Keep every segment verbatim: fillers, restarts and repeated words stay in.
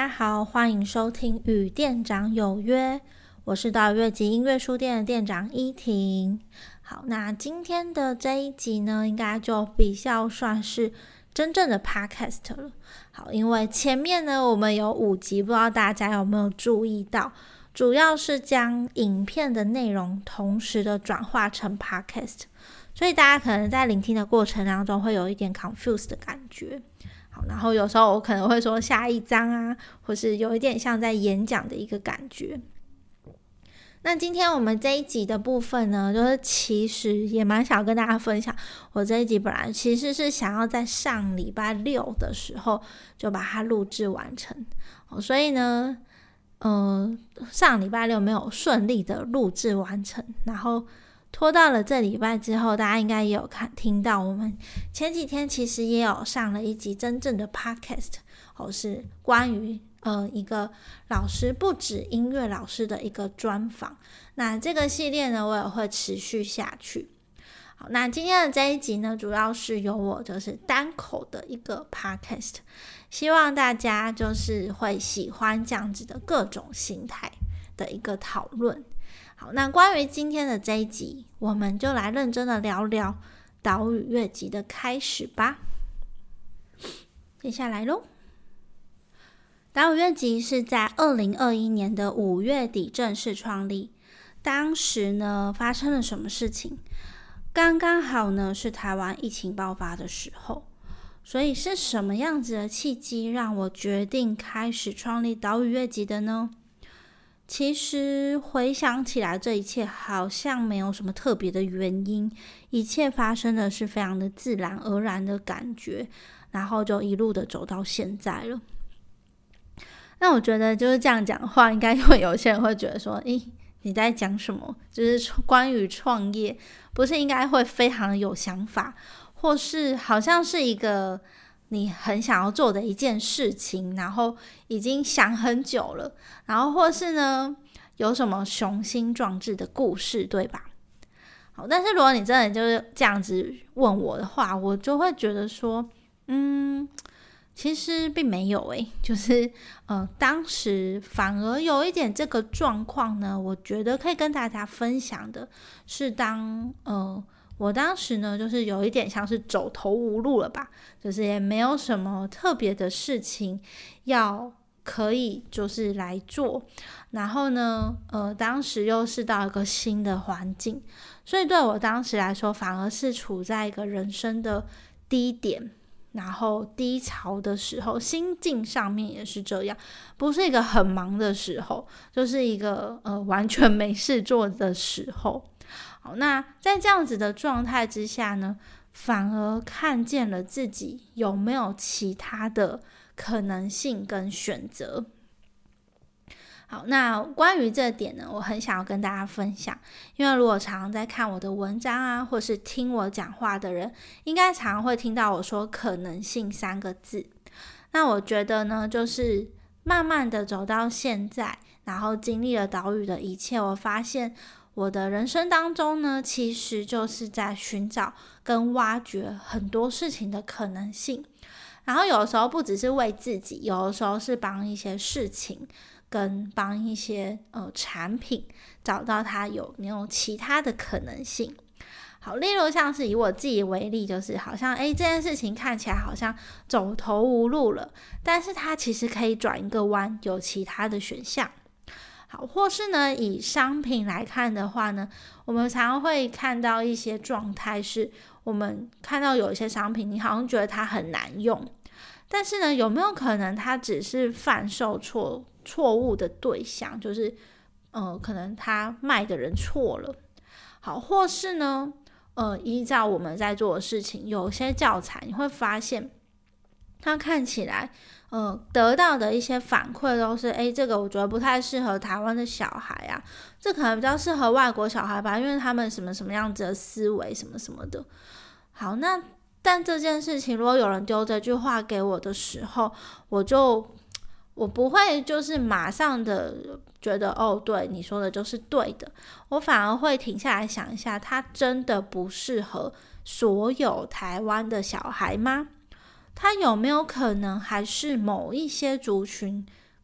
家好，欢迎收听与店长有约，我是岛屿乐集音乐书店的店长依婷。好，那今天的这一集呢，应该就比较算是真正的 podcast 了。好，因为前面呢我们有五集，不知道大家有没有注意到，主要是将影片的内容同时的转化成 podcast， 所以大家可能在聆听的过程当中会有一点 confused 的感觉。好，然后有时候我可能会说下一章啊，或是有一点像在演讲的一个感觉。那今天我们这一集的部分呢，就是其实也蛮想跟大家分享，我这一集本来其实是想要在上礼拜六的时候就把它录制完成，所以呢呃，上礼拜六没有顺利的录制完成，然后拖到了这礼拜之后，大家应该也有看听到我们前几天其实也有上了一集真正的 podcast， 哦，是关于呃一个老师，不止音乐老师的一个专访。那这个系列呢，我也会持续下去。好，那今天的这一集呢，主要是由我就是单口的一个 podcast， 希望大家就是会喜欢这样子的各种形态的一个讨论。好，那关于今天的这一集，我们就来认真的聊聊岛屿乐集的开始吧。接下来咯，岛屿乐集是在二零二一年的五月底正式创立。当时呢，发生了什么事情？刚刚好呢，是台湾疫情爆发的时候。所以是什么样子的契机让我决定开始创立岛屿乐集的呢？其实回想起来，这一切好像没有什么特别的原因，一切发生的是非常的自然而然的感觉，然后就一路的走到现在了。那我觉得就是这样讲话，应该会有些人会觉得说，诶，你在讲什么？就是关于创业，不是应该会非常的有想法，或是好像是一个你很想要做的一件事情，然后已经想很久了，然后或是呢有什么雄心壮志的故事，对吧？好，但是如果你真的就是这样子问我的话，我就会觉得说嗯其实并没有诶，就是呃，当时反而有一点这个状况呢，我觉得可以跟大家分享的是当呃我当时呢，就是有一点像是走投无路了吧，就是也没有什么特别的事情要可以就是来做，然后呢，呃，当时又是到一个新的环境，所以对我当时来说，反而是处在一个人生的低点，然后低潮的时候，心境上面也是这样，不是一个很忙的时候，就是一个呃完全没事做的时候。好，那在这样子的状态之下呢，反而看见了自己有没有其他的可能性跟选择。好，那关于这点呢，我很想要跟大家分享，因为如果常常在看我的文章啊，或是听我讲话的人，应该常常会听到我说可能性三个字。那我觉得呢，就是慢慢的走到现在，然后经历了岛屿的一切，我发现我的人生当中呢，其实就是在寻找跟挖掘很多事情的可能性。然后有的时候不只是为自己，有的时候是帮一些事情跟帮一些呃产品找到它有没有其他的可能性。好，例如像是以我自己为例，就是好像诶这件事情看起来好像走投无路了，但是它其实可以转一个弯，有其他的选项。好，或是呢以商品来看的话呢，我们常常会看到一些状态，是我们看到有一些商品你好像觉得它很难用，但是呢有没有可能它只是贩售错错误的对象，就是呃可能它卖的人错了。好，或是呢呃依照我们在做的事情，有些教材你会发现它看起来呃，得到的一些反馈都是，诶，这个我觉得不太适合台湾的小孩啊，这可能比较适合外国小孩吧，因为他们什么什么样子的思维什么什么的。好，那但这件事情如果有人丢这句话给我的时候，我就我不会就是马上的觉得哦，对，你说的就是对的，我反而会停下来想一下，它真的不适合所有台湾的小孩吗？它有没有可能还是某一些族群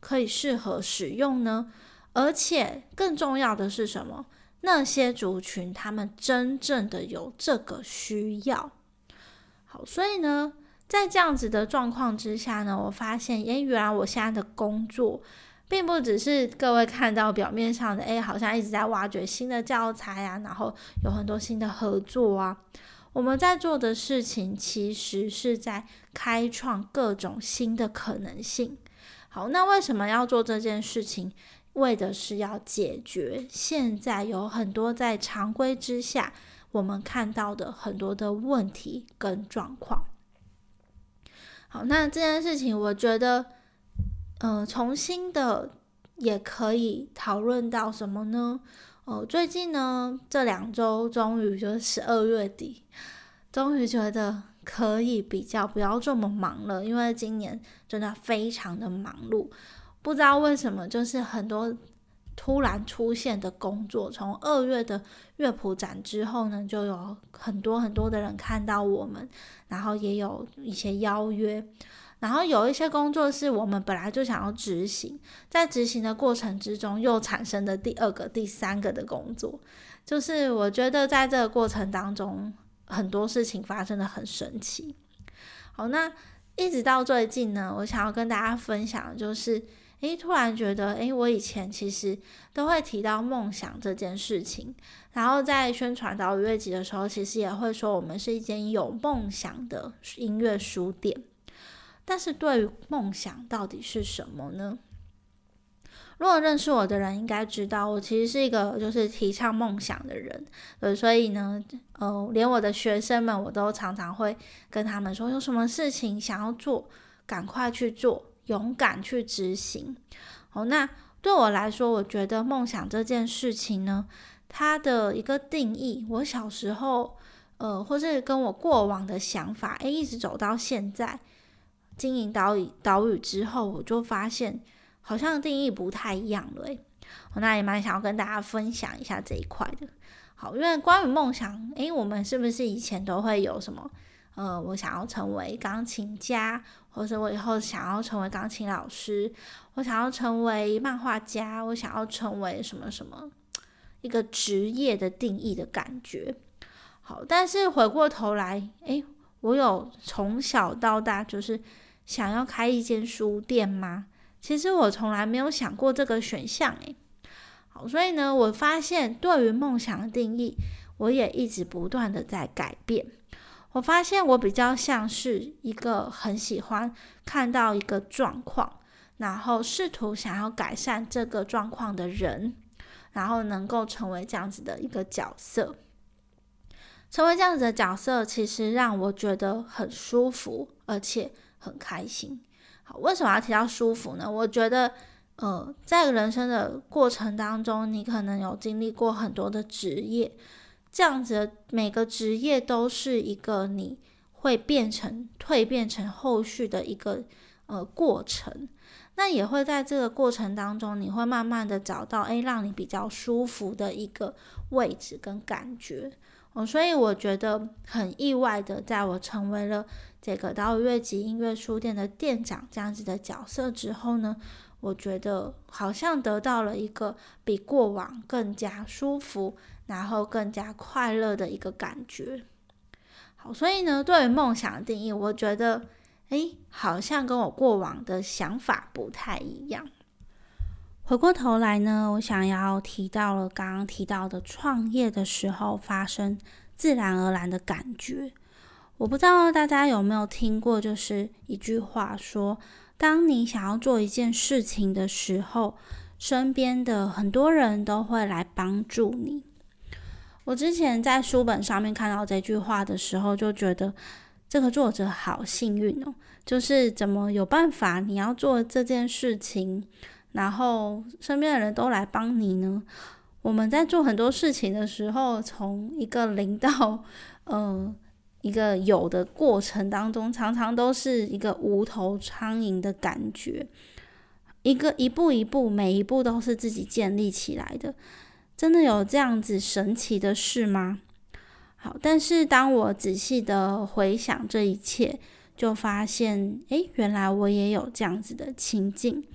可以适合使用呢？而且更重要的是什么？那些族群他们真正的有这个需要。好，所以呢，在这样子的状况之下呢，我发现，诶，原来我现在的工作并不只是各位看到表面上的，诶，好像一直在挖掘新的教材啊，然后有很多新的合作啊。我们在做的事情其实是在开创各种新的可能性。好，那为什么要做这件事情？为的是要解决现在有很多在常规之下我们看到的很多的问题跟状况。好，那这件事情我觉得呃，重新的也可以讨论到什么呢？呃，最近呢这两周终于就是十二月底，终于觉得可以比较不要这么忙了，因为今年真的非常的忙碌。不知道为什么，就是很多突然出现的工作，从二月的乐谱展之后呢，就有很多很多的人看到我们，然后也有一些邀约，然后有一些工作是我们本来就想要执行，在执行的过程之中又产生的第二个、第三个的工作，就是我觉得在这个过程当中，很多事情发生的很神奇。好，那一直到最近呢，我想要跟大家分享的就是诶，突然觉得诶，我以前其实都会提到梦想这件事情，然后在宣传岛屿乐集的时候，其实也会说我们是一间有梦想的音乐书店。但是对于梦想到底是什么呢？如果认识我的人应该知道，我其实是一个就是提倡梦想的人，对，所以呢，呃，连我的学生们我都常常会跟他们说，有什么事情想要做，赶快去做，勇敢去执行。好，那对我来说，我觉得梦想这件事情呢，它的一个定义，我小时候，呃，或是跟我过往的想法，诶，一直走到现在，经营岛屿岛屿之后，我就发现好像定义不太一样了。诶，我那也蛮想要跟大家分享一下这一块的。好，因为关于梦想，诶，我们是不是以前都会有什么？呃，我想要成为钢琴家，或者我以后想要成为钢琴老师，我想要成为漫画家，我想要成为什么什么一个职业的定义的感觉。好，但是回过头来，诶，我有从小到大就是想要开一间书店吗？其实我从来没有想过这个选项。诶，好，所以呢，我发现对于梦想的定义，我也一直不断的在改变。我发现我比较像是一个很喜欢看到一个状况，然后试图想要改善这个状况的人，然后能够成为这样子的一个角色。成为这样子的角色，其实让我觉得很舒服，而且很开心。好，为什么要提到舒服呢？我觉得呃，在人生的过程当中，你可能有经历过很多的职业，这样子的每个职业都是一个你会变成蜕变成后续的一个呃过程。那也会在这个过程当中，你会慢慢的找到诶让你比较舒服的一个位置跟感觉。哦，所以我觉得很意外的，在我成为了这个岛屿乐集音乐书店的店长这样子的角色之后呢，我觉得好像得到了一个比过往更加舒服，然后更加快乐的一个感觉。好，所以呢，对于梦想的定义，我觉得诶，好像跟我过往的想法不太一样。回过头来呢，我想要提到了刚刚提到的创业的时候发生自然而然的感觉。我不知道大家有没有听过，就是一句话说，当你想要做一件事情的时候，身边的很多人都会来帮助你。我之前在书本上面看到这句话的时候，就觉得这个作者好幸运哦，就是怎么有办法你要做这件事情，然后身边的人都来帮你呢？我们在做很多事情的时候，从一个零到呃一个有的过程当中，常常都是一个无头苍蝇的感觉，一个一步一步，每一步都是自己建立起来的。真的有这样子神奇的事吗？好，但是当我仔细的回想这一切，就发现诶，原来我也有这样子的情境。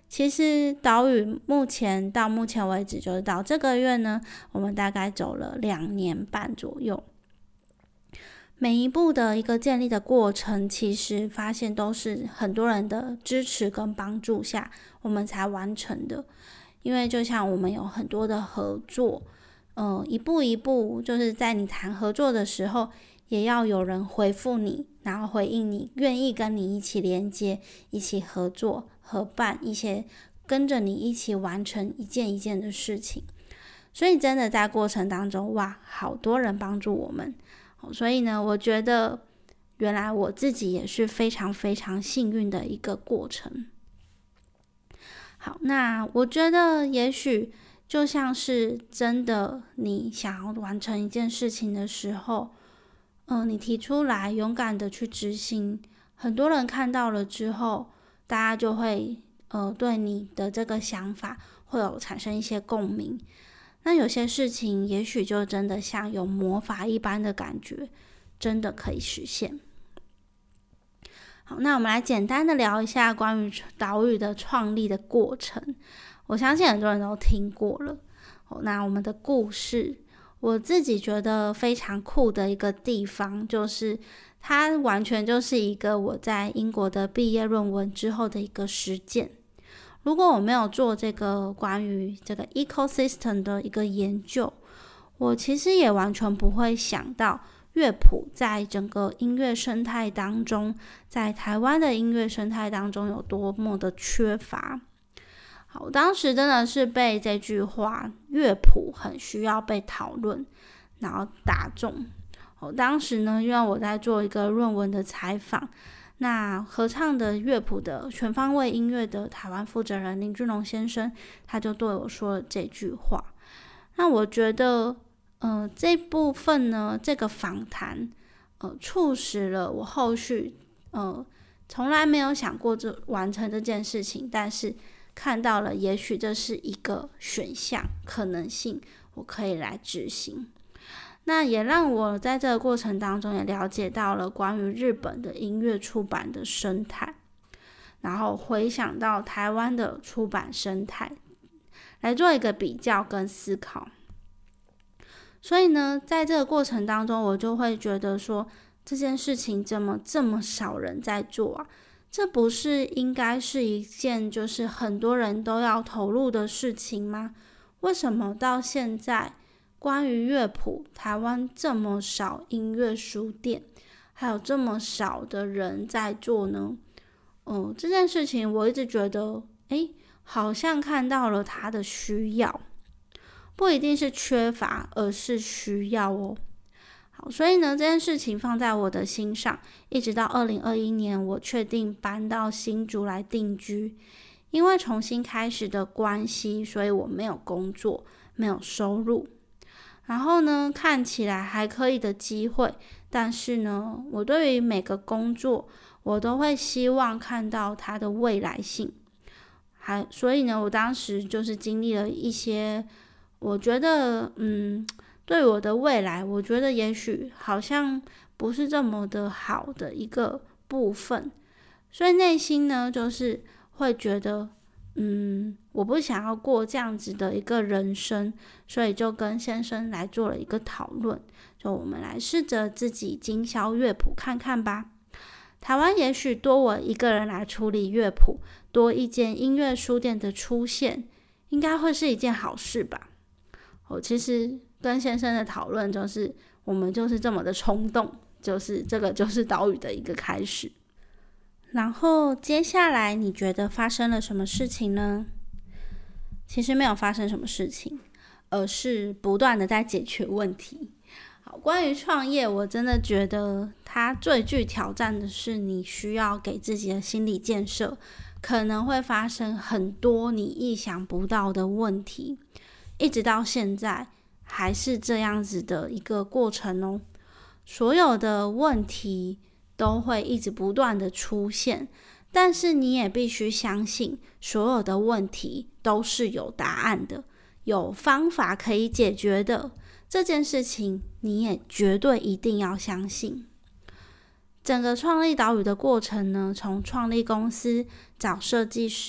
其实岛屿目前到目前为止，就是到这个月呢，我们大概走了两年半左右。每一步的一个建立的过程，其实发现都是很多人的支持跟帮助下，我们才完成的。因为就像我们有很多的合作，呃，一步一步，就是在你谈合作的时候，也要有人回复你，然后回应你，愿意跟你一起连接，一起合作、合办一些，跟着你一起完成一件一件的事情。所以真的在过程当中，哇，好多人帮助我们。所以呢，我觉得原来我自己也是非常非常幸运的一个过程。好，那我觉得也许就像是真的你想要完成一件事情的时候，嗯、呃，你提出来勇敢的去执行，很多人看到了之后，大家就会呃对你的这个想法会有产生一些共鸣。那有些事情也许就真的像有魔法一般的感觉，真的可以实现。好，那我们来简单的聊一下关于岛屿的创立的过程。我相信很多人都听过了。哦，那我们的故事，我自己觉得非常酷的一个地方，就是它完全就是一个我在英国的毕业论文之后的一个实践。如果我没有做这个关于这个 ecosystem 的一个研究，我其实也完全不会想到乐谱在整个音乐生态当中，在台湾的音乐生态当中有多么的缺乏。好，我当时真的是被这句话乐谱很需要被讨论然后打中。我当时呢，因为我在做一个论文的采访，那合唱的乐谱的全方位音乐的台湾负责人林俊龙先生，他就对我说了这句话。那我觉得呃，这部分呢，这个访谈呃，促使了我后续呃，从来没有想过这完成这件事情，但是看到了也许这是一个选项可能性，我可以来执行。那也让我在这个过程当中也了解到了关于日本的音乐出版的生态，然后回想到台湾的出版生态，来做一个比较跟思考。所以呢，在这个过程当中，我就会觉得说，这件事情怎么这么少人在做啊？这不是应该是一件就是很多人都要投入的事情吗？为什么到现在关于乐谱，台湾这么少音乐书店，还有这么少的人在做呢？嗯，这件事情我一直觉得，诶，好像看到了它的需要，不一定是缺乏，而是需要哦。好，所以呢，这件事情放在我的心上，一直到二零二一年，我确定搬到新竹来定居。因为重新开始的关系，所以我没有工作，没有收入。然后呢，看起来还可以的机会，但是呢，我对于每个工作，我都会希望看到它的未来性。还所以呢，我当时就是经历了一些，我觉得，嗯，对我的未来，我觉得也许好像不是这么的好的一个部分，所以内心呢，就是会觉得，嗯，我不想要过这样子的一个人生，所以就跟先生来做了一个讨论，就我们来试着自己经销乐谱看看吧。台湾也许多我一个人来处理乐谱，多一间音乐书店的出现，应该会是一件好事吧。我其实跟先生的讨论就是，我们就是这么的冲动，就是这个就是岛屿的一个开始。然后接下来你觉得发生了什么事情呢？其实没有发生什么事情，而是不断的在解决问题。好，关于创业，我真的觉得它最具挑战的是你需要给自己的心理建设，可能会发生很多你意想不到的问题，一直到现在还是这样子的一个过程哦。所有的问题都会一直不断的出现，但是你也必须相信，所有的问题都是有答案的，有方法可以解决的。这件事情你也绝对一定要相信。整个创立岛屿的过程呢，从创立公司、找设计师、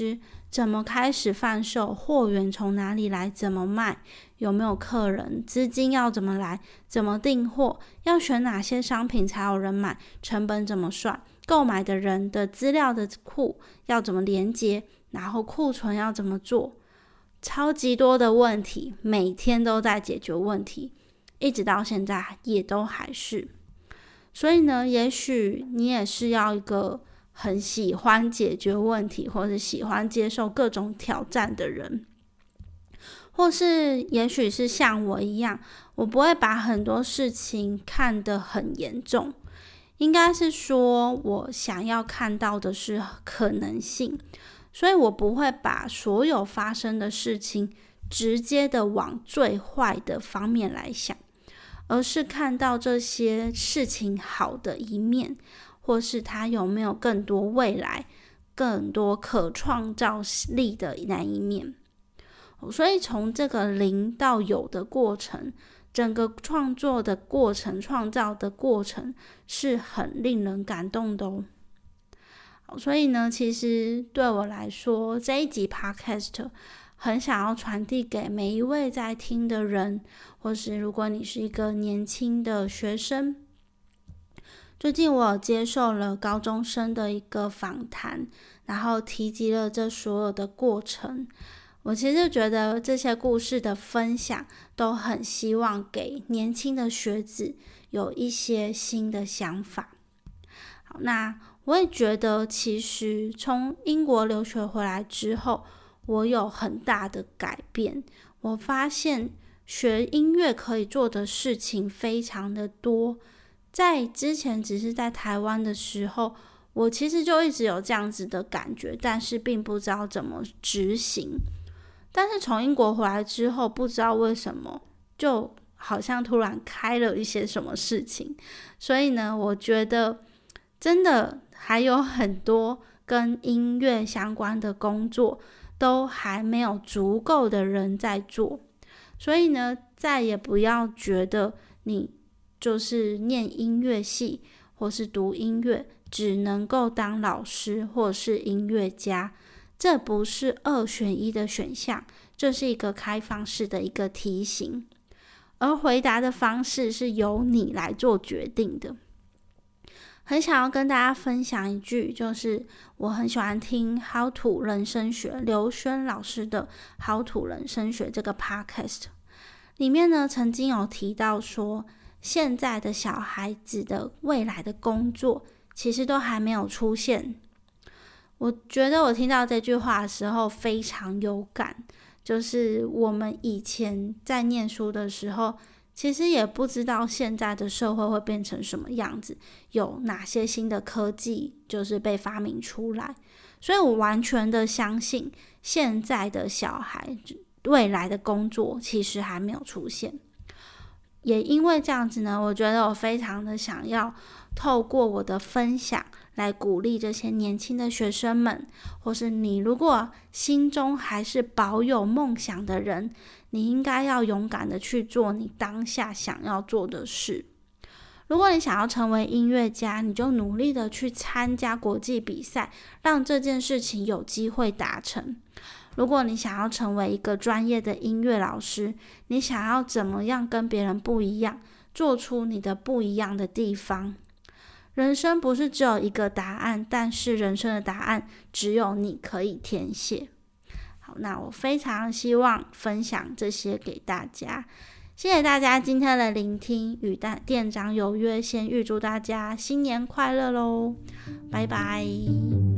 怎么开始贩售，货源从哪里来，怎么卖，有没有客人，资金要怎么来，怎么订货，要选哪些商品才有人买，成本怎么算，购买的人的资料的库要怎么连接，然后库存要怎么做，超级多的问题，每天都在解决问题，一直到现在也都还是。所以呢，也许你也是要一个很喜欢解决问题，或是喜欢接受各种挑战的人，或是也许是像我一样，我不会把很多事情看得很严重，应该是说我想要看到的是可能性，所以我不会把所有发生的事情直接的往最坏的方面来想，而是看到这些事情好的一面，或是它有没有更多未来，更多可创造力的那一面。所以从这个零到有的过程，整个创作的过程，创造的过程是很令人感动的哦。所以呢，其实对我来说，这一集 podcast 很想要传递给每一位在听的人，或是如果你是一个年轻的学生。最近我有接受了高中生的一个访谈，然后提及了这所有的过程。我其实觉得这些故事的分享都很希望给年轻的学子有一些新的想法。好，那我也觉得其实从英国留学回来之后，我有很大的改变。我发现学音乐可以做的事情非常的多。在之前只是在台湾的时候，我其实就一直有这样子的感觉，但是并不知道怎么执行。但是从英国回来之后，不知道为什么就好像突然开了一些什么事情，所以呢，我觉得真的还有很多跟音乐相关的工作都还没有足够的人在做。所以呢，再也不要觉得你就是念音乐系或是读音乐只能够当老师或是音乐家，这不是二选一的选项，这是一个开放式的一个题型，而回答的方式是由你来做决定的。很想要跟大家分享一句，就是我很喜欢听好土人生学刘轩老师的好土人生学这个 podcast 里面呢，曾经有提到说，现在的小孩子的未来的工作其实都还没有出现。我觉得我听到这句话的时候非常有感，就是我们以前在念书的时候，其实也不知道现在的社会会变成什么样子，有哪些新的科技就是被发明出来，所以我完全的相信现在的小孩未来的工作其实还没有出现。也因为这样子呢，我觉得我非常的想要透过我的分享来鼓励这些年轻的学生们，或是你如果心中还是保有梦想的人，你应该要勇敢的去做你当下想要做的事。如果你想要成为音乐家，你就努力的去参加国际比赛，让这件事情有机会达成。如果你想要成为一个专业的音乐老师，你想要怎么样跟别人不一样，做出你的不一样的地方。人生不是只有一个答案，但是人生的答案只有你可以填写。好，那我非常希望分享这些给大家。谢谢大家今天的聆听，与店长有约，先预祝大家新年快乐咯，拜拜。